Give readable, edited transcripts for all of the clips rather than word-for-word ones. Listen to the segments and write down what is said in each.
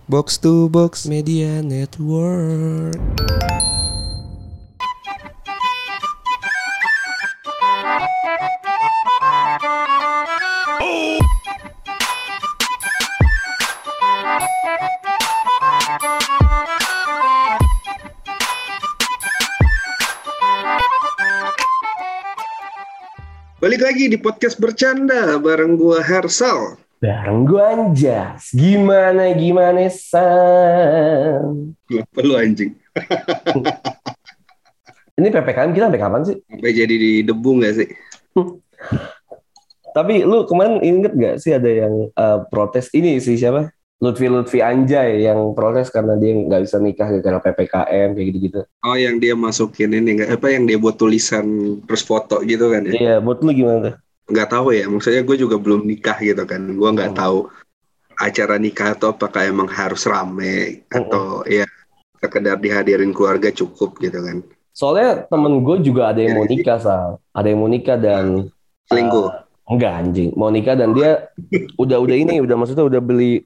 Box to Box Media Network. Balik lagi di podcast bercanda bareng gua Hersal. Bareng gue Anjas. Gimana San? Kenapa lu anjing? Ini PPKM kita sampai kapan sih? Sampai jadi di debu gak sih? Tapi lu kemarin inget gak sih ada yang protes ini sih siapa? Lutfi Anjay yang protes karena dia nggak bisa nikah gara-gara PPKM kayak gitu-gitu. Oh, yang dia masukin ini yang dia buat tulisan terus foto gitu kan ya? Iya, buat lu gimana tuh? Nggak tahu ya, maksudnya gue juga belum nikah gitu kan. Gue nggak tahu acara nikah atau apakah emang harus rame atau ya sekedar dihadirin keluarga cukup gitu kan. Soalnya temen gue juga ada yang mau nikah, Sal. Ada yang mau nikah dan selingkuh. Enggak anjing, mau nikah dan dia udah maksudnya udah beli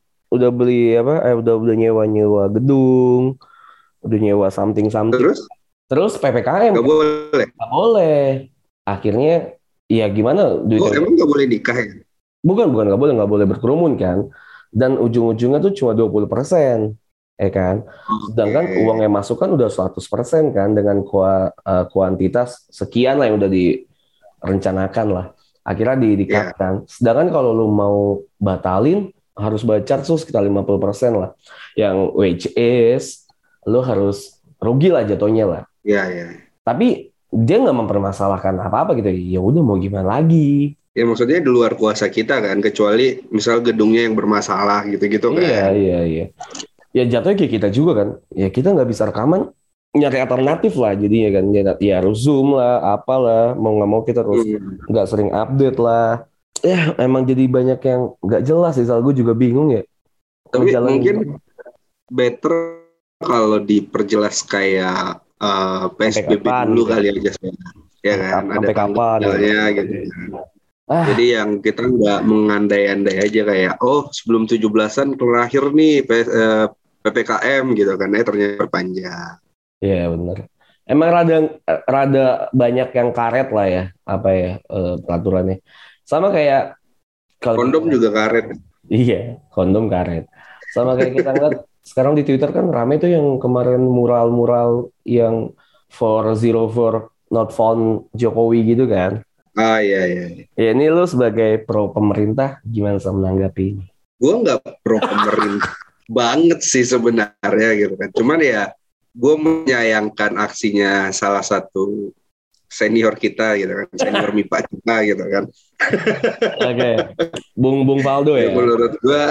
udah nyewa gedung, udah nyewa something. Terus PPKM nggak boleh. Akhirnya ya gimana? Emang nggak boleh nikah ya? Bukan nggak boleh berkerumun kan. Dan ujung-ujungnya tuh cuma 20%, kan. Sedangkan uang yang masuk kan udah 100% kan dengan kuantitas sekian lah yang udah direncanakan lah. Akhirnya dikatkan. Sedangkan kalau lu mau batalin harus bayar charge sekitar 50% lah. Yang which is lu harus rugi lah jatuhnya lah. Iya. Tapi dia nggak mempermasalahkan apa-apa gitu. Ya udah mau gimana lagi. Ya maksudnya di luar kuasa kita kan, kecuali misal gedungnya yang bermasalah gitu-gitu kan. Iya. Ya jatuhnya kayak kita juga kan. Ya kita nggak bisa rekaman, nyari alternatif lah jadinya kan. Ya harus Zoom lah, apalah. Mau nggak mau kita harus nggak sering update lah. Ya emang jadi banyak yang nggak jelas sih. Soal gue juga bingung ya. Tapi mungkin better kalau diperjelas kayak PSBB dulu gitu. Kali aja ya kan. Ada tanggalnya gitu kan. Jadi yang kita nggak mengandai-andai aja kayak sebelum 17-an terakhir nih PPKM gitu kan, ternyata berpanjang. Iya benar. Emang rada banyak yang karet lah ya, peraturannya. Sama kayak kondom juga karet. Iya, kondom karet. Sama kayak kita ngeliat sekarang di Twitter kan rame tuh yang kemarin mural-mural yang for not found Jokowi gitu kan. Iya. Ya ini lu sebagai pro pemerintah gimana sama menanggapi ini? Gue nggak pro pemerintah banget sih sebenarnya gitu kan. Cuman ya gue menyayangkan aksinya salah satu senior kita gitu kan, senior MIPA kita gitu kan. Oke. Bung Faldo ya. Menurut gue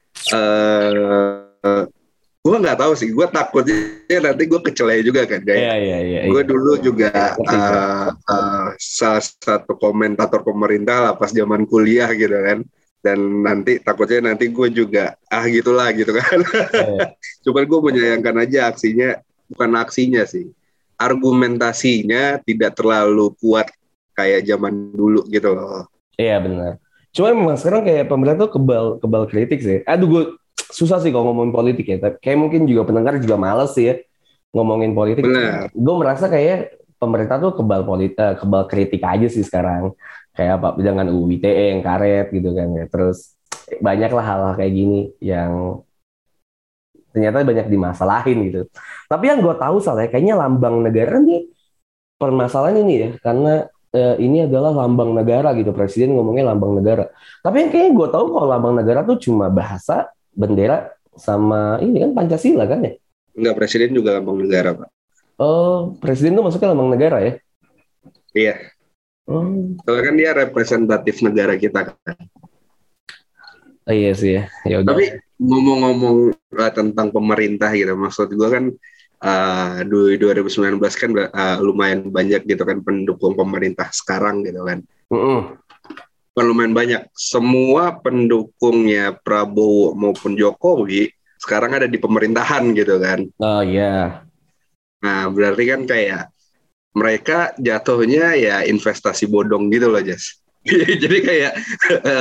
nggak tahu sih, gue takutnya nanti gue kecelai juga kan kayak. Iya. Gue dulu juga salah satu komentator pemerintah lah pas zaman kuliah gitu kan. Dan takutnya nanti gue juga gitulah gitu kan. Cuman gue menyayangkan aja bukan aksinya sih, argumentasinya tidak terlalu kuat kayak zaman dulu gitu loh. Iya benar. Cuma memang sekarang kayak pemerintah tuh kebal kritik sih. Gue susah sih kalau ngomongin politik ya. Tapi kayak mungkin juga pendengar juga males sih ya ngomongin politik. Benar. Gue merasa kayak pemerintah tuh kebal kritik aja sih sekarang. Kayak apa dengan UU ITE yang karet gitu kan ya. Terus banyaklah hal-hal kayak gini yang ternyata banyak dimasalahin gitu. Tapi yang gue tahu soalnya kayaknya lambang negara nih permasalahan ini ya, karena ini adalah lambang negara gitu. Presiden ngomongnya lambang negara. Tapi yang kayaknya gue tahu kalau lambang negara tuh cuma bahasa, bendera, sama ini kan Pancasila kan ya? Enggak, presiden juga lambang negara, Pak. Oh, presiden tuh masuknya lambang negara ya? Iya. Soalnya kan dia representatif negara kita kan. Iya sih ya. Tapi ngomong-ngomong tentang pemerintah gitu, maksud gue kan 2019 kan lumayan banyak gitu kan pendukung pemerintah sekarang gitu kan. Lumayan banyak. Semua pendukungnya Prabowo maupun Jokowi sekarang ada di pemerintahan gitu kan. Oh iya. Nah berarti kan kayak mereka jatuhnya ya investasi bodong gitu loh, Jas. Jadi kayak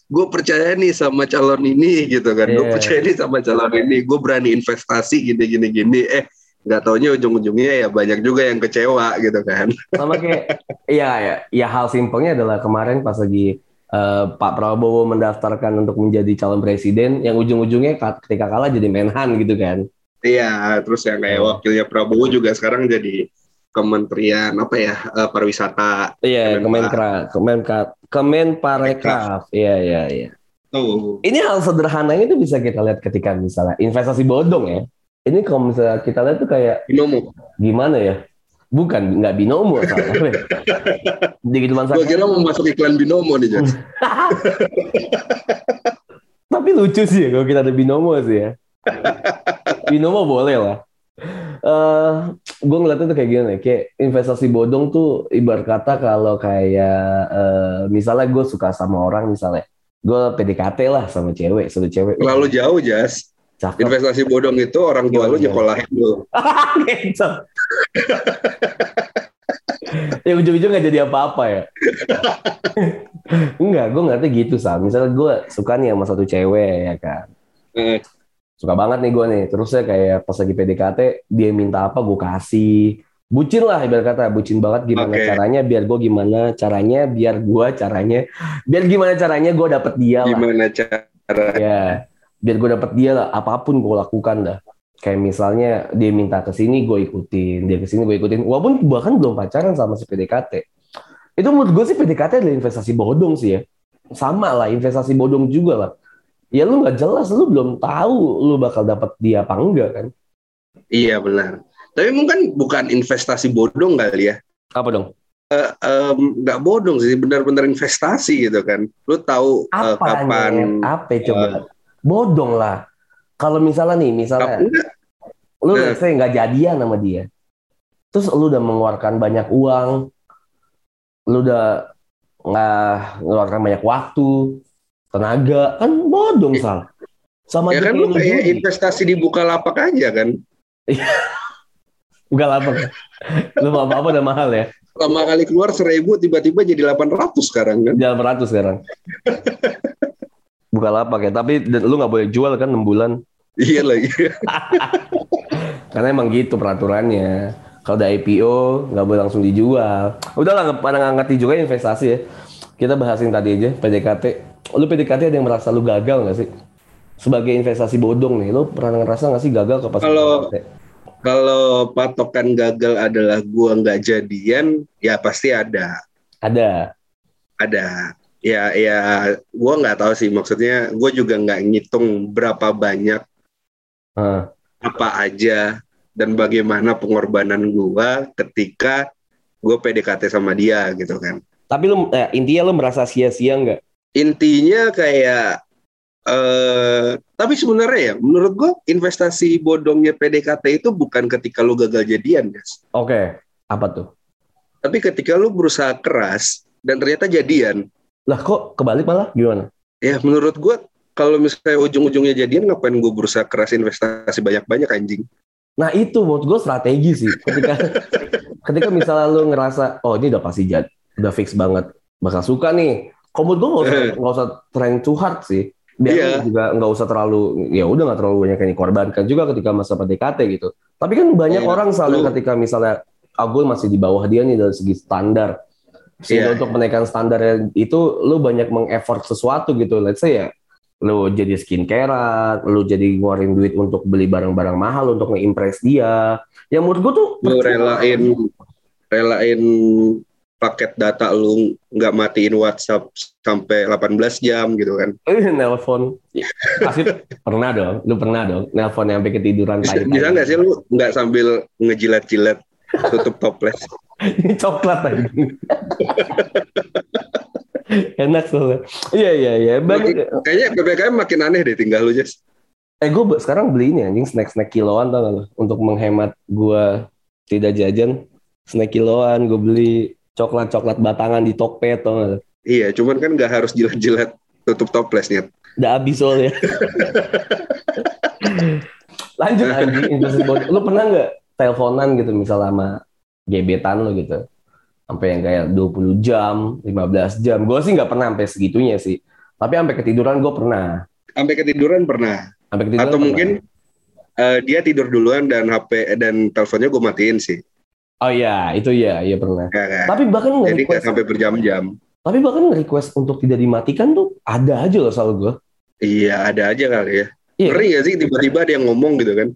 gue percaya nih sama calon ini gitu kan, gue percaya nih sama calon ini, gue berani investasi gini, nggak taunya ujung-ujungnya ya banyak juga yang kecewa gitu kan. Sama kayak, ya hal simpelnya adalah kemarin pas lagi Pak Prabowo mendaftarkan untuk menjadi calon presiden, yang ujung-ujungnya ketika kalah jadi menhan gitu kan. Iya, terus yang kayak wakilnya Prabowo juga sekarang jadi Kementerian apa ya, pariwisata. Iya, Kemenparekraf. Iya. Oh. Ini hal sederhana ini tuh bisa kita lihat ketika misalnya investasi bodong ya. Ini kalau misalnya kita lihat tuh kayak binomo. Gimana ya? Bukan, nggak binomo salah. Gue kira mau masuk iklan binomo nih, Jas. Tapi lucu sih ya kalau kita ada binomo sih ya. Binomo boleh lah. Gue ngeliatnya tuh kayak gini, kayak investasi bodong tuh ibarat kata kalau kayak misalnya gue suka sama orang, misalnya gue PDKT lah sama cewek, sudah cewek. Terlalu jauh, Jas. Cakep. Investasi bodong itu orang tua lu nyekolahin lu. Ya ujung-ujung nggak jadi apa-apa ya. Enggak, gue ngerti gitu Sal. Misalnya gue suka nih sama satu cewek ya kan. Suka banget nih gue nih. Terusnya kayak pas lagi PDKT dia minta apa gue kasih. Bucin lah ibarat kata, bucin banget gimana caranya biar gue gimana caranya biar gimana caranya gue dapet dia lah. Gimana cara? Ya, biar gue dapet dia lah. Apapun gue lakukan dah. Kayak misalnya dia minta ke sini gue ikutin, dia ke sini gue ikutin. Walaupun bahkan belum pacaran sama si PDKT. Itu menurut gue sih PDKT adalah investasi bodong sih ya. Sama lah, investasi bodong juga lah. Ya lu nggak jelas, lu belum tahu lu bakal dapet dia apa enggak kan? Iya benar. Tapi mungkin bukan investasi bodong kali ya. Apa dong? Nggak bodong sih, benar-benar investasi gitu kan. Lu tahu kapan? Apa coba? Bodong lah. Kalau misalnya lu let's say nggak jadian sama dia, terus lu udah mengeluarkan banyak uang, lu udah nggak mengeluarkan banyak waktu, tenaga, kan bodong Sal. Sama ya kan lu kayak investasi di Bukalapak aja kan. Bukalapak. Lu mau apa udah mahal ya? Lama kali keluar 1.000 tiba-tiba jadi 800 sekarang kan. Jadi 800 sekarang. Bukalapak ya, tapi lu nggak boleh jual kan 6 bulan. Iya lagi. Karena emang gitu peraturannya. Kalau udah IPO nggak boleh langsung dijual. Udahlah, pada nggak ngerti juga investasi ya. Kita bahasin tadi aja PDKT. Lu PDKT ada yang merasa lu gagal nggak sih? Sebagai investasi bodong nih, lu pernah ngerasa nggak sih gagal ke pas PDKT? Kalau patokan gagal adalah gua nggak jadian, ya pasti ada. Ada. Ya, gue nggak tahu sih, maksudnya gue juga nggak ngitung berapa banyak, apa aja, dan bagaimana pengorbanan gue ketika gue PDKT sama dia gitu kan. Tapi intinya lu merasa sia-sia nggak? Intinya kayak, tapi sebenarnya ya, menurut gue investasi bodongnya PDKT itu bukan ketika lu gagal jadian, guys. Oke, apa tuh? Tapi ketika lu berusaha keras dan ternyata jadian. Lah kok kebalik malah gimana? Ya menurut gue kalau misalnya ujung-ujungnya jadian, ngapain gue berusaha keras investasi banyak-banyak anjing. Nah itu menurut gue strategi sih. Ketika misalnya lu ngerasa ini udah pasti udah fix banget bakal suka nih. Kalau menurut gue nggak usah trying too hard sih. Biar juga nggak usah terlalu, ya udah nggak terlalu banyak yang dikorbankan juga ketika masa PDKT gitu. Tapi kan banyak orang selalu ketika misalnya gue masih di bawah dia nih dari segi standar. Sehingga untuk menaikkan standarnya itu lu banyak meng-effort sesuatu gitu. Let's say ya, lu jadi skincare, lu jadi ngeluarin duit untuk beli barang-barang mahal untuk nge-impress dia. Yang menurut gue tuh lu relain paket data lu nggak matiin WhatsApp sampai 18 jam gitu kan. Nelpon. Pasti pernah dong. Lu pernah dong nelpon sampai ketiduran. Bisa nggak sih lu nggak sambil ngejilat-jilat tutup toples? Ini coklat aja. Enak soalnya. Iya. Kayaknya PPKM makin aneh deh tinggal lu, Jas. Gue sekarang beli ini anjing snack kiloan tau gak lu? Untuk menghemat gue tidak jajan. Snack kiloan gue beli coklat batangan di Tokped tau gak lu? Iya, cuman kan gak harus jilat-jilat tutup toplesnya. Udah habis soalnya. Lanjut anjing. Lu pernah gak teleponan gitu misalnya sama gebetan lo gitu sampai yang kayak 20 jam, 15 jam. Gue sih nggak pernah sampai segitunya sih. Tapi sampai ketiduran gue pernah. Sampai ketiduran pernah. Sampai ketiduran Atau pernah. mungkin dia tidur duluan dan HP dan teleponnya gue matiin sih. Oh iya, itu iya pernah. Ya, kan? Tapi bahkan Jadi nggak nge-request, sampai berjam-jam. tapi bahkan nge-request untuk tidak dimatikan tuh ada aja loh soal gue. Iya, ada aja kali ya. Iya. Ngeri gak sih tiba-tiba ada yang ngomong gitu kan?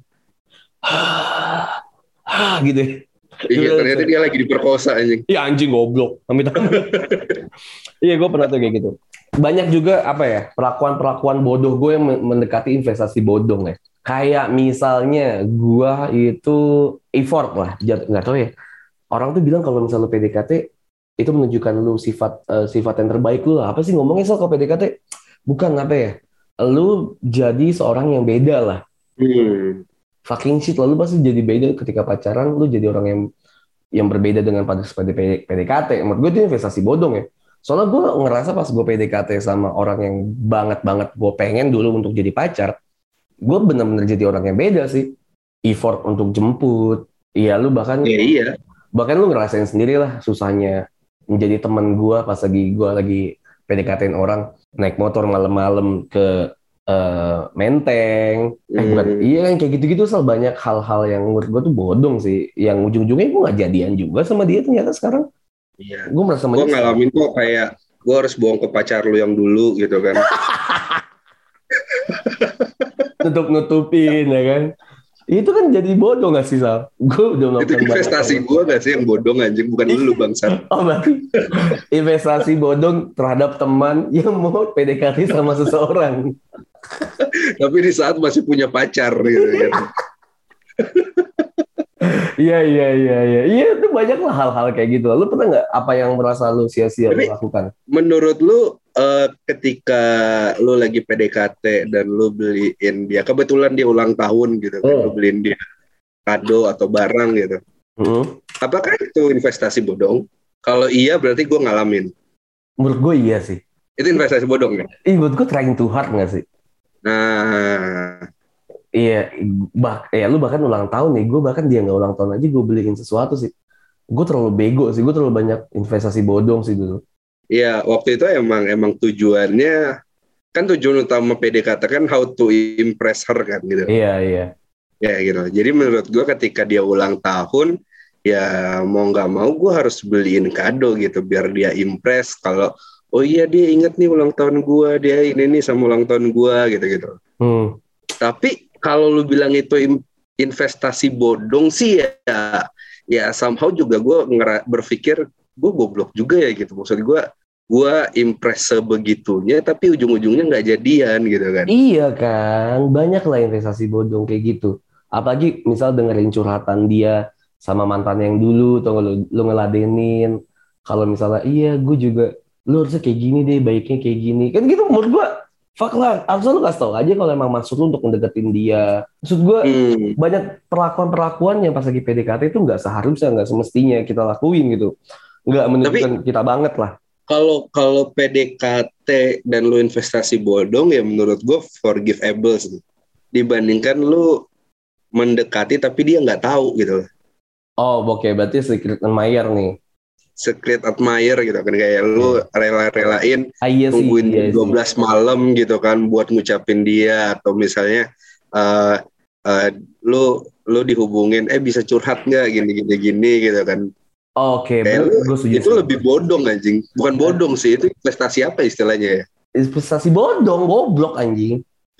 Gitu. Iya, ternyata dia lagi diperkosa anjing. Iya anjing goblok. Amit-amit. Iya, gue pernah tuh kayak gitu. Banyak juga apa ya, perlakuan bodoh gue yang mendekati investasi bodong ya. Kayak misalnya gue itu effort lah, nggak tahu ya. Orang tuh bilang kalau misalnya lu PDKT itu menunjukkan lu sifat yang terbaik lu lah. Apa sih ngomongnya soal PDKT? Bukan apa ya? Lu jadi seorang yang beda lah. Fucking shit, lalu pasti jadi beda ketika pacaran. Lu jadi orang yang berbeda dengan pada PDKT. Menurut gue itu investasi bodong ya. Soalnya gue ngerasa pas gue PDKT sama orang yang banget gue pengen dulu untuk jadi pacar, gue bener-bener jadi orang yang beda sih. Effort untuk jemput, iya lu bahkan lu ngerasain sendiri lah susahnya menjadi teman gue pas gue lagi PDKT-in orang, naik motor malam-malam ke Menteng, bukan, iya kan kayak gitu-gitu. Soal banyak hal-hal yang menurut gue tuh bodong sih, yang ujung-ujungnya gue nggak jadian juga sama dia ternyata sekarang. Iya. Gue merasa gue ngalamin tuh kayak gue harus bohong ke pacar lu yang dulu gitu kan. Nutupin ya kan. Itu kan jadi bodong gak sih, Sal? Gue udah melakukan itu investasi gue gak sih yang bodong anjing, bukan lu bangsat. Oh berarti investasi bodong terhadap teman yang mau PDKT sama seseorang. Tapi di saat masih punya pacar gitu kan. Iya, itu banyak lah hal-hal kayak gitu. Lu pernah nggak apa yang merasa lu sia-sia lu lakukan? Menurut lu ketika lu lagi PDKT dan lu beliin dia, kebetulan dia ulang tahun gitu kan, lu beliin dia kado atau barang gitu, apakah itu investasi bodong? Kalau iya berarti gue ngalamin. Menurut gue iya sih. Itu investasi bodong ya? Menurut gue trying too hard nggak sih? Nah, iya, lu bahkan ulang tahun nih, gue bahkan dia nggak ulang tahun aja gue beliin sesuatu sih. Gue terlalu bego sih, gue terlalu banyak investasi bodong sih dulu. Iya, waktu itu emang tujuannya kan, tujuan utama PDKT kan how to impress her kan gitu. Iya. Ya gitu. Jadi menurut gue ketika dia ulang tahun, ya mau nggak mau gue harus beliin kado gitu biar dia impress. Kalau oh iya dia inget nih ulang tahun gue, dia ini nih sama ulang tahun gue gitu. Tapi kalau lu bilang itu investasi bodong sih ya somehow juga gue berpikir gue goblok juga ya gitu. Maksud gue impress sebegitunya tapi ujung-ujungnya nggak jadian gitu kan. Iya kan, banyak lah investasi bodong kayak gitu. Apalagi misal dengerin curhatan dia sama mantan yang dulu, atau lu ngeladenin. Kalau misalnya iya gue juga, lu harusnya kayak gini deh, baiknya kayak gini. Kan gitu menurut gue, fuck lah, harusnya lu kasih tau aja kalau emang maksud lu untuk mendeketin dia. Maksud gue, banyak perlakuan-perlakuan yang pas lagi PDKT itu nggak seharusnya, nggak semestinya kita lakuin gitu. Nggak menunjukkan kita banget lah. Kalau PDKT dan lu investasi bodong ya menurut gue forgivable sih. Dibandingkan lu mendekati tapi dia nggak tahu gitu. Oh oke, berarti secret admirer nih. Secret admirer gitu kan, kayak lu rela-relain tungguin 12 malam gitu kan buat ngucapin dia, atau misalnya lu dihubungin bisa curhat nggak gini gitu kan. Oke, itu lebih bodong anjing. Bukan bodong sih, itu investasi apa istilahnya ya? Investasi bodong, goblok anjing.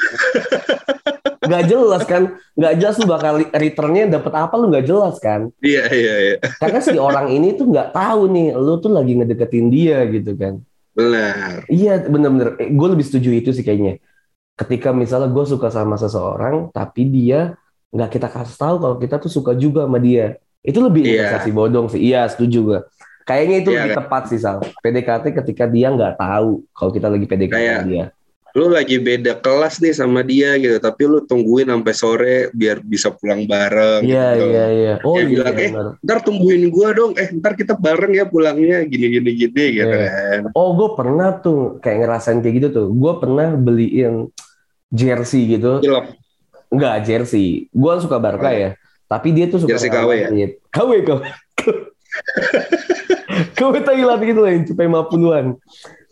Gak jelas kan, gak jelas lu bakal returnnya dapet apa, lu gak jelas kan. Iya. Karena si orang ini tuh gak tahu nih lu tuh lagi ngedeketin dia gitu kan. Benar. Iya bener-bener, gue lebih setuju itu sih kayaknya. Ketika misalnya gue suka sama seseorang tapi dia gak kita kasih tahu kalau kita tuh suka juga sama dia, itu lebih investasi bodong sih. Iya setuju gue. Kayaknya itu lebih tepat sih, Sal. PDKT ketika dia gak tahu kalau kita lagi PDKT sama dia. Lu lagi beda kelas nih sama dia gitu, tapi lu tungguin sampai sore biar bisa pulang bareng. Iya. Oh iya. Bilang, ntar tungguin gua dong. Ntar kita bareng ya pulangnya gini gitu kan. Oh, gue pernah tuh kayak ngerasain kayak gitu tuh. Gue pernah beliin jersey gitu. Enggak jersey. Gue suka Barca ya. Tapi dia tuh suka jersey KW ya. KW. KW Thailand gitu lah, yang sampai 50-an.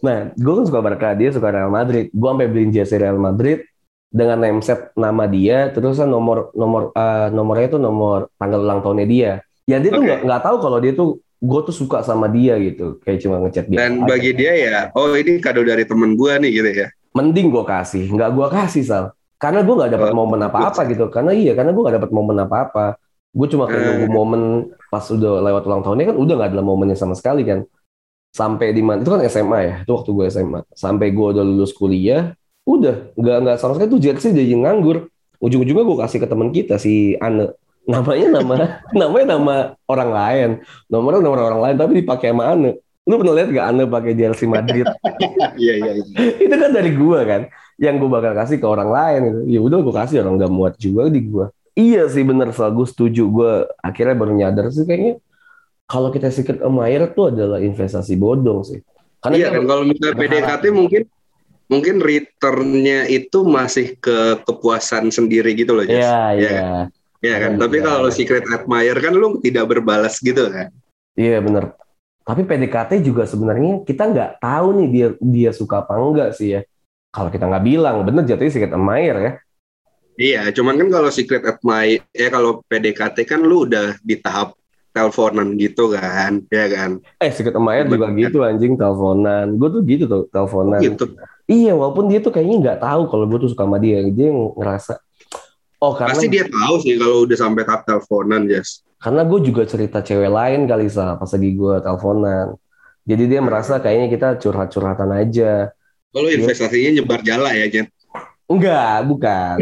Nah, gue kan suka Barca, dia suka Real Madrid. Gue sampai beliin jersey Real Madrid dengan name set nama dia, terus kan nomornya itu nomor tanggal ulang tahunnya dia. Ya dia tuh nggak tahu kalau dia tuh gue tuh suka sama dia gitu, kayak cuma ngechat biasa. Dan bagi dia ya, oh ini kado dari temen gue nih gitu ya. Mending gue kasih, nggak gue kasih Sal, karena gue nggak dapat momen apa-apa gitu. Karena gue nggak dapat momen apa-apa. Gue cuma kayak nunggu momen pas udah lewat ulang tahunnya kan udah nggak ada momennya sama sekali kan. Sampai di mana itu kan SMA ya, itu waktu gue SMA. Sampai gue udah lulus kuliah, udah nggak sama sekali tuh jersey jadi nganggur. Ujung-ujungnya gue kasih ke teman kita si Ane. Namanya nama orang lain, nomor orang lain tapi dipakai sama Ane. Lu pernah lihat gak Ane pakai jersey Madrid? Iya. Itu kan dari gue kan, yang gue bakal kasih ke orang lain gitu. Ya udah gue kasih, orang udah muat juga di gue. Iya sih bener, gue setuju. Gue akhirnya baru nyadar sih kayaknya kalau kita secret admirer tuh adalah investasi bodong sih. Karena iya kan kalau misalnya PDKT mungkin returnnya itu masih ke kepuasan sendiri gitu loh, Jas. Iya. Iya kan. Tapi kalau secret admirer kan lu tidak berbalas gitu kan. Iya bener. Tapi PDKT juga sebenarnya kita nggak tahu nih dia suka apa enggak sih ya. Kalau kita nggak bilang, bener jatuhnya secret admirer ya. Iya, cuman kan kalau secret admirer, kalau PDKT kan lu udah di tahap teleponan gitu kan, ya kan? Secret admirer juga gitu anjing, teleponan. Gue tuh gitu tuh, teleponan. Gitu. Iya, walaupun dia tuh kayaknya nggak tahu kalau gue tuh suka sama dia. Dia ngerasa, karena pasti dia tahu sih kalau udah sampai tahap teleponan, Jas. Karena gue juga cerita cewek lain kali pas lagi gue teleponan. Jadi dia merasa kayaknya kita curhat-curhatan aja. Kalau investasinya nyebar jala ya, Jen? Enggak, bukan.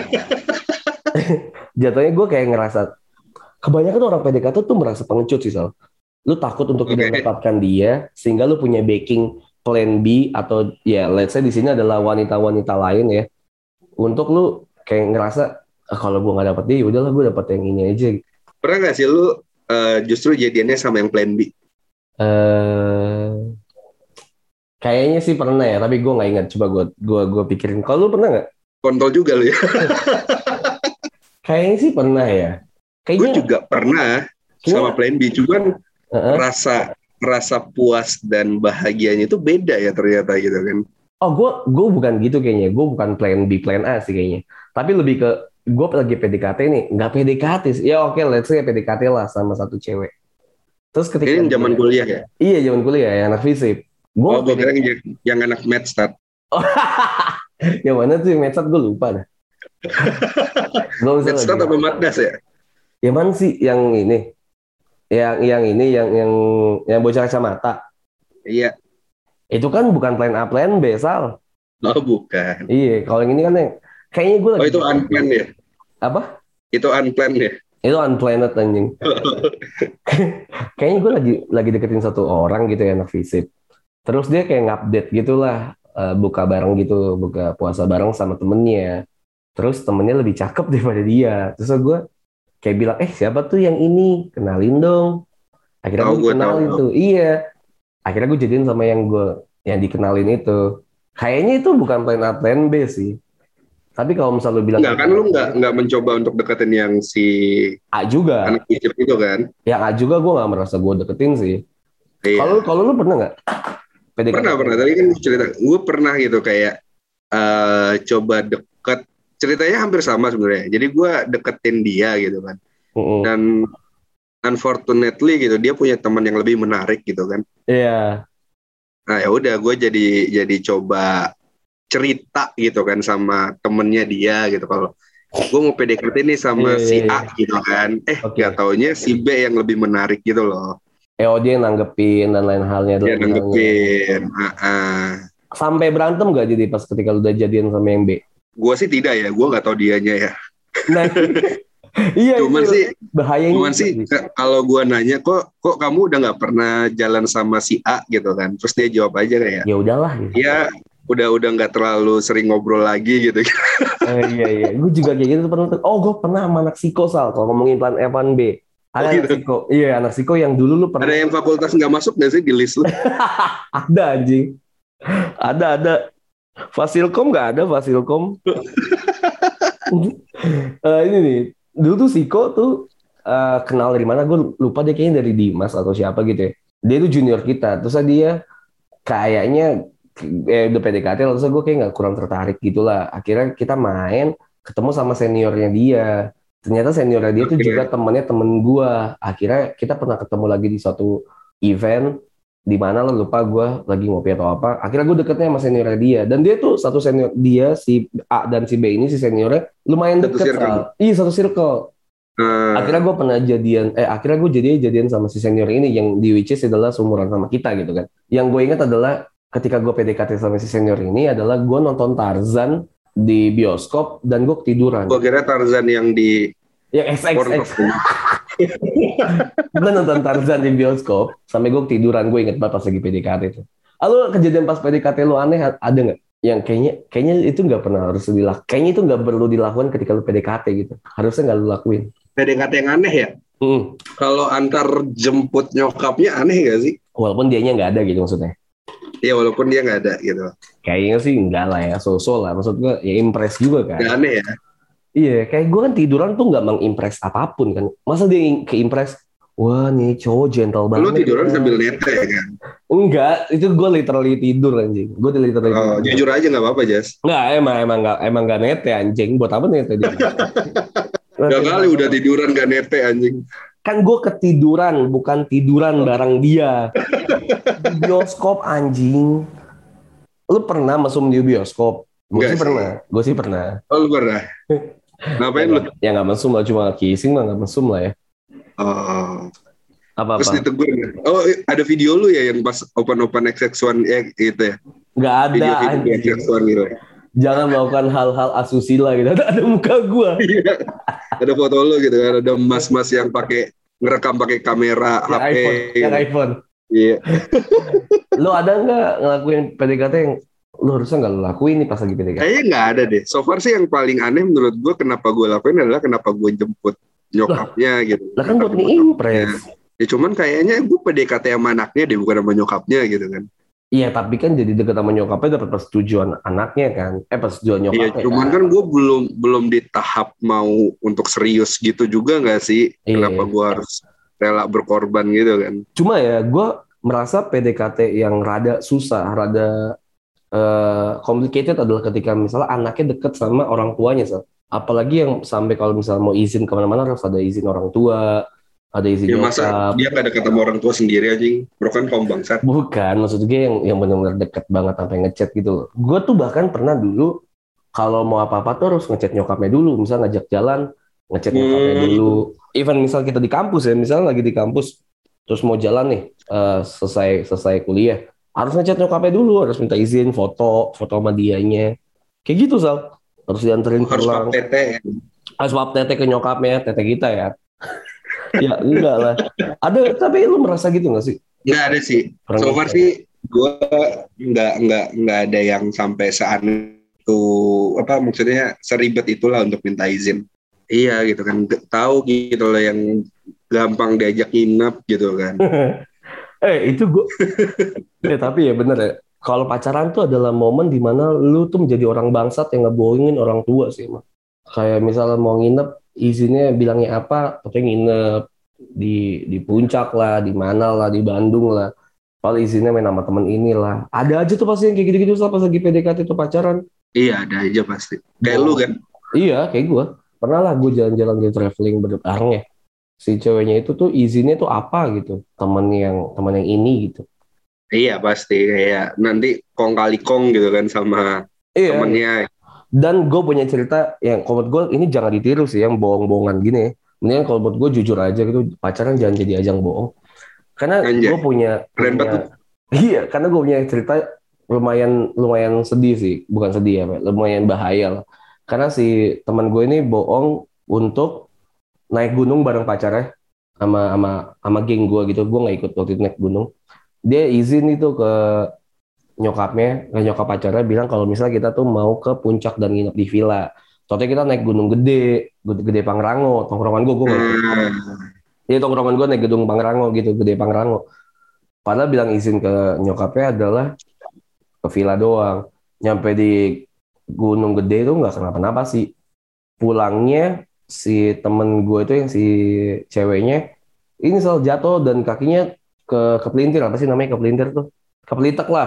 Jatuhnya gue kayak ngerasa kebanyakan orang PDKT tuh merasa pengecut sih, Sal. Lu takut untuk tidak mendapatkan dia, sehingga lu punya backing plan B atau ya let's say di sini adalah wanita-wanita lain ya. Untuk lu kayak ngerasa kalau gue nggak dapet dia, udahlah gue dapet yang ini aja. Pernah nggak sih lu justru jadiannya sama yang plan B? Kayaknya sih pernah ya, tapi gue nggak ingat. Coba gue pikirin. Kalau lu pernah nggak? Kontol juga lu ya. Kayaknya sih pernah ya. Gue juga pernah sama plan B, cuman rasa puas dan bahagianya itu beda ya ternyata gitu kan. Oh, gue bukan gitu kayaknya. Gue bukan plan B, plan A sih kayaknya. Tapi lebih ke gue lagi PDKT nih, nggak PDKT sih. Ya oke, let's say PDKT lah sama satu cewek. Terus ketika ini zaman kuliah ya? Iya, zaman kuliah ya, anak FISIP. Gue kira yang anak Medstat. Yang mana tuh yang Medstat gue lupa dah. Medstat apa Matdas ya? Yang mana sih yang ini? Yang bocah kacamata. Iya. Itu kan bukan plan A, plan B, Sal. Oh, bukan. Iya, kalau yang ini kan kayaknya gue lagi... Oh, itu unplanned ya? Apa? Itu unplanned ya? Itu unplanned anjing. Kayaknya gue lagi deketin satu orang gitu ya, anak FISIP. Terus dia kayak ngupdate gitulah, buka bareng gitu, buka puasa bareng sama temennya. Terus temennya lebih cakep daripada dia. Terus gue kayak bilang, siapa tuh yang ini? Kenalin dong. Akhirnya gue kenalin tuh. Iya. Akhirnya gue jadiin sama yang dikenalin itu. Kayaknya itu bukan plan A, plan B sih. Tapi kalau misalnya lu bilang... Enggak, kan lu nggak mencoba untuk deketin yang si... A juga. Anak FISIP itu kan? Yang A juga gue nggak merasa gue deketin sih. Iya. Kalau lu pernah nggak? Pernah. Tadi kan cerita. Gue pernah gitu kayak coba deket. Ceritanya hampir sama sebenarnya. Jadi gue deketin dia gitu kan. Dan unfortunately gitu dia punya teman yang lebih menarik gitu kan. Iya. Nah ya udah gue jadi coba cerita gitu kan sama temennya dia gitu, kalau gue mau PDKT nih sama si A gitu kan. Gak taunya si B yang lebih menarik gitu loh. Dia nanggepin dan lain halnya. Dia nanggepin. Sampai berantem gak jadi pas ketika lu udah jadian sama yang B? Gue sih tidak ya, gue gak tahu dianya ya. Nah, iya. Cuman sih bahayanya. Cuman sih kalau gue nanya kok kamu udah gak pernah jalan sama si A gitu kan. Terus dia jawab aja kayak, ya udahlah. Gitu. Ya udah nggak terlalu sering ngobrol lagi gitu. Iya. Gue juga kayak gitu pernah. Gue pernah sama anak Siko, Sal. Kalau ngomongin plan A, plan B. Ada anak Siko. Iya, anak Siko yang dulu lu pernah. Ada yang fakultas nggak masuk nggak sih di list lu? Ada anjing. Ada. Fasilkom nggak ada, Fasilkom. Ini nih. Dulu tuh Siko tuh kenal dari mana? Gue lupa deh, kayaknya dari Dimas atau siapa gitu ya. Dia tuh junior kita. Terus dia kayaknya udah PDKT, lalu gue kayak nggak kurang tertarik gitulah. Akhirnya kita main, ketemu sama seniornya dia. Ternyata seniornya dia tuh juga temennya temen gue. Akhirnya kita pernah ketemu lagi di suatu event di mana lo lupa gue lagi ngopi atau apa. Akhirnya gue deketnya sama seniornya dia. Dan dia tuh satu senior dia si A dan si B ini si seniornya lumayan deket. Iya satu circle. Akhirnya gue pernah akhirnya gue jadian sama si senior ini yang di which is adalah seumuran sama kita gitu kan. Yang gue ingat adalah ketika gue PDKT sama si senior ini adalah gue nonton Tarzan di bioskop dan gue ketiduran. Gue kira Tarzan yang di XXX. Gue nonton Tarzan di bioskop sampai gue ketiduran. Gue inget banget pas lagi PDKT itu. Lalu kejadian pas PDKT lu aneh ada nggak? Yang kayaknya itu nggak pernah harus dilakukan. Kayaknya itu nggak perlu dilakukan ketika lu PDKT gitu. Harusnya nggak lu lakuin. PDKT yang aneh ya? Kalau antar jemput nyokapnya aneh gak sih? Walaupun dianya nggak ada gitu maksudnya. Iya walaupun dia nggak ada gitu. Kayaknya sih enggak lah ya, so-so lah. Maksud gue ya impress juga kan. Gak aneh ya? Iya, kayak gue kan tiduran tuh nggak mengimpress apapun kan. Masa dia ke-impress, wah nih cowok gentle banget. Lu tiduran sambil nete kan? Enggak, itu gue literally tidur anjing. Gue literally tidur. Jujur aja nggak apa-apa Jas. Enggak, emang nggak nete anjing. Buat apa nete dia? Gak kali udah tiduran gak nete anjing. Kan gue ketiduran, bukan tiduran bareng dia. Di bioskop anjing. Lu pernah mesum di bioskop? Gue sih pernah. Oh lu pernah? Ngapain lu? Ya nggak mesum lah, cuma kissing mah nggak mesum lah ya. Oh. Apa-apa? Terus ditegur nggak? Oh ada video lu ya yang pas open XX1 ya gitu ya? Nggak ada video XX1 gitu. Jangan melakukan hal-hal asusila gitu. Ada muka gue. Ada foto lu gitu kan, ada mas-mas yang ngerekam pakai kamera yang HP. Yang iPhone. Iya. Lu ada nggak ngelakuin PDKT yang lu harusnya nggak lu lakuin nih pas lagi PDKT? Kayaknya nggak ada deh. So far sih yang paling aneh menurut gue kenapa gue lakuin adalah kenapa gue jemput nyokapnya gitu. Lah kan buat nge-impress. Ya cuman kayaknya gue PDKT sama anaknya deh bukan sama nyokapnya gitu kan. Iya, tapi kan jadi deket sama nyokapnya dapat persetujuan anaknya kan. Persetujuan nyokapnya. Iya, cuman kan gue belum di tahap mau untuk serius gitu juga nggak sih? Iya. Kenapa gue harus rela berkorban gitu kan? Cuma ya, gue merasa PDKT yang rada susah, rada complicated adalah ketika misalnya anaknya deket sama orang tuanya, apalagi yang sampai kalau misalnya mau izin kemana-mana harus ada izin orang tua. Ada izin ya, masa dia gak dekat sama orang tua sendiri aja, bro kan kaum bangsat. Bukan, maksud gue yang benar-benar dekat banget sampai ngechat gitu loh. Gue tuh bahkan pernah dulu kalau mau apa-apa tuh harus ngechat nyokapnya dulu, misal ngajak jalan, ngechat nyokapnya dulu. Even misal kita di kampus ya, misalnya lagi di kampus terus mau jalan nih, selesai kuliah, harus ngechat nyokapnya dulu, harus minta izin, foto sama dianya. Kayak gitu, Sal. Harus dianterin pulang. Harus pap tete ke nyokapnya, tete kita ya. Ya enggak lah. Ada, tapi lu merasa gitu nggak sih? Nggak ada sih. So far sih gue nggak ada yang sampai seaneh itu apa maksudnya seribet itulah untuk minta izin. Iya gitu kan. Tahu gitu loh yang gampang diajak nginep gitu kan. Itu gue. Tapi ya bener ya. Kalau pacaran tuh adalah momen dimana lu tuh menjadi orang bangsat yang ngebohongin orang tua sih, mah. Kayak misalnya mau nginep, izinnya bilangnya apa, tapi nginep di puncak lah, di mana lah, di Bandung lah. Kalau izinnya main sama temen inilah. Ada aja tuh pasti yang kayak gitu-gitu pas lagi PDKT itu pacaran. Iya, ada aja pasti. Kayak lu kan? Iya, kayak gue. Pernah lah gue jalan-jalan di traveling bareng ya. Si ceweknya itu tuh izinnya tuh apa gitu. Temen yang ini gitu. Iya, pasti kayak nanti kong kali kong gitu kan sama temennya. Dan gue punya cerita yang kalau menurut gue ini jangan ditiru sih yang bohong-bohongan gini ya. Mendingan kalau menurut gue jujur aja gitu, pacaran jangan jadi ajang bohong. Karena gue punya iya, karena gue punya cerita lumayan sedih sih, bukan sedih ya, lumayan bahaya lah. Karena si teman gue ini bohong untuk naik gunung bareng pacarnya sama geng gue gitu. Gue nggak ikut waktu itu naik gunung. Dia izin itu ke nyokap pacarnya bilang kalau misalnya kita tuh mau ke puncak dan nginep di villa. Soalnya kita naik gunung gede Pangrango, tongkrongan gue nggak ikut. Jadi tongkrongan gue naik gedung Pangrango gitu, gede Pangrango. Padahal bilang izin ke nyokapnya adalah ke villa doang. Nyampe di gunung gede itu nggak kenapa-napa sih. Pulangnya si temen gue itu yang si ceweknya ini selalu jatuh dan kakinya kepelintir, apa sih namanya kepelintir tuh? Kepelitek lah.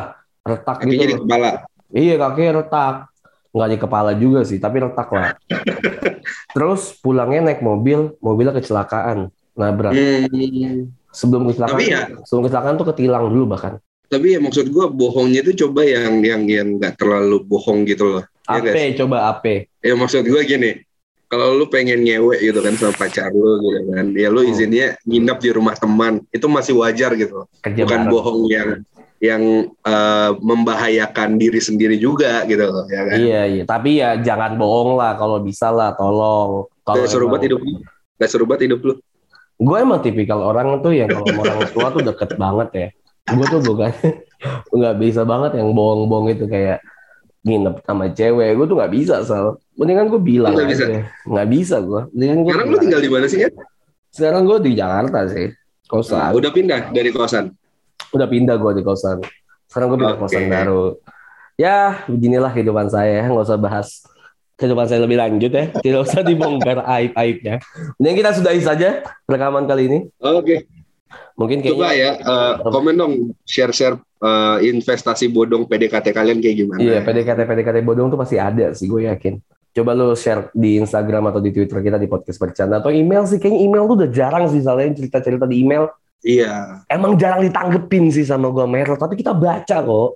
retak Kakinya gitu di kepala. Iya, kakinya retak. Nggak di kepala juga sih, tapi retak lah. Terus pulangnya naik mobilnya kecelakaan, nabrak. Sebelum kecelakaan tuh ketilang dulu bahkan. Tapi ya maksud gue bohongnya itu coba yang nggak terlalu bohong gitu loh. Ape, ya coba ape. Ya maksud gue gini, kalau lu pengen ngewe gitu kan sama pacar lu gitu kan, ya lu izinnya nginep di rumah teman, itu masih wajar gitu. Kerja bukan bareng. Bohong yang membahayakan diri sendiri juga gitu loh, ya kan? Iya, tapi ya jangan bohong lah kalau bisa lah, tolong. Gak seru banget hidup lu. Gue emang tipikal orang tuh yang kalau orang tua tuh deket banget ya. Gue tuh bukan nggak bisa banget yang bohong-bohong itu kayak nginep sama cewek. Gue tuh nggak bisa, Sal. Mendingan gue bilang aja. Nggak bisa gue. Sekarang lu tinggal di mana sih ya? Sekarang gue di Jakarta sih, kosan. Udah pindah dari kosan? Udah pindah gue di kosan. Sekarang gue pindah kosan baru. Ya, beginilah kehidupan saya. Nggak usah bahas kehidupan saya lebih lanjut ya. Tidak usah dibongkar aib-aibnya. Mending kita sudahi saja rekaman kali ini. Oke. Mungkin kayaknya. Coba ya, komen dong, share investasi bodong PDKT kalian kayak gimana? Iya, PDKT bodong tuh pasti ada sih, gue yakin. Coba lo share di Instagram atau di Twitter kita di Podcast Bercanda. Atau email sih, kayaknya email tuh udah jarang sih. Soalnya cerita-cerita di email. Iya. Emang jarang ditanggepin sih sama gue Merel, tapi kita baca kok.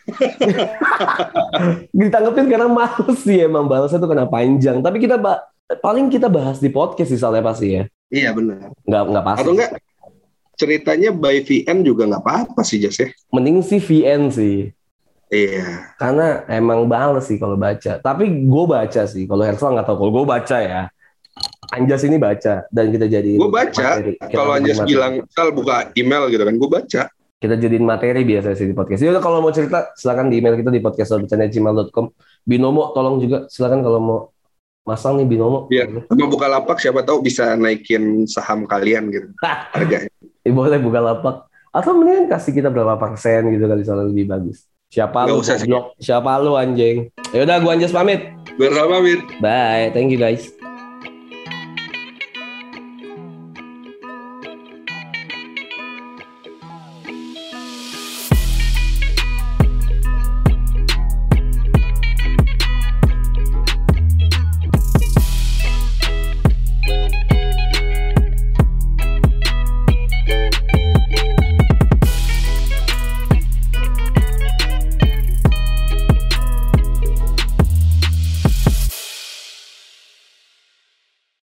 Ditanggepin karena males sih emang balasnya tuh kena panjang. Tapi kita paling kita bahas di podcast sih soalnya pasti ya. Iya benar. Nggak pasti. Atau enggak ceritanya by VN juga nggak apa-apa sih Jas ya. Mending sih VN sih. Iya. Karena emang bales sih kalau baca. Tapi gue baca sih. Kalau Hersal nggak tahu. Kalau gue baca ya. Anjas ini baca dan kita jadi. Gue baca. Kalau Anjas bilang Sal buka email gitu kan, gue baca. Kita jadiin materi biasa sih di podcast. Ya udah kalau mau cerita silakan di email kita di podcast@bercanda@gmail.com. Binomo tolong juga silakan kalau mau masang nih Binomo. Iya. Mau buka lapak siapa tahu bisa naikin saham kalian gitu harganya. Boleh buka lapak. Atau mendingan kasih kita berapa persen gitu kali soalnya lebih bagus. Siapa lu? Siapa lu anjing? Ya udah gua Anjas pamit. Pamit. Bye. Thank you guys.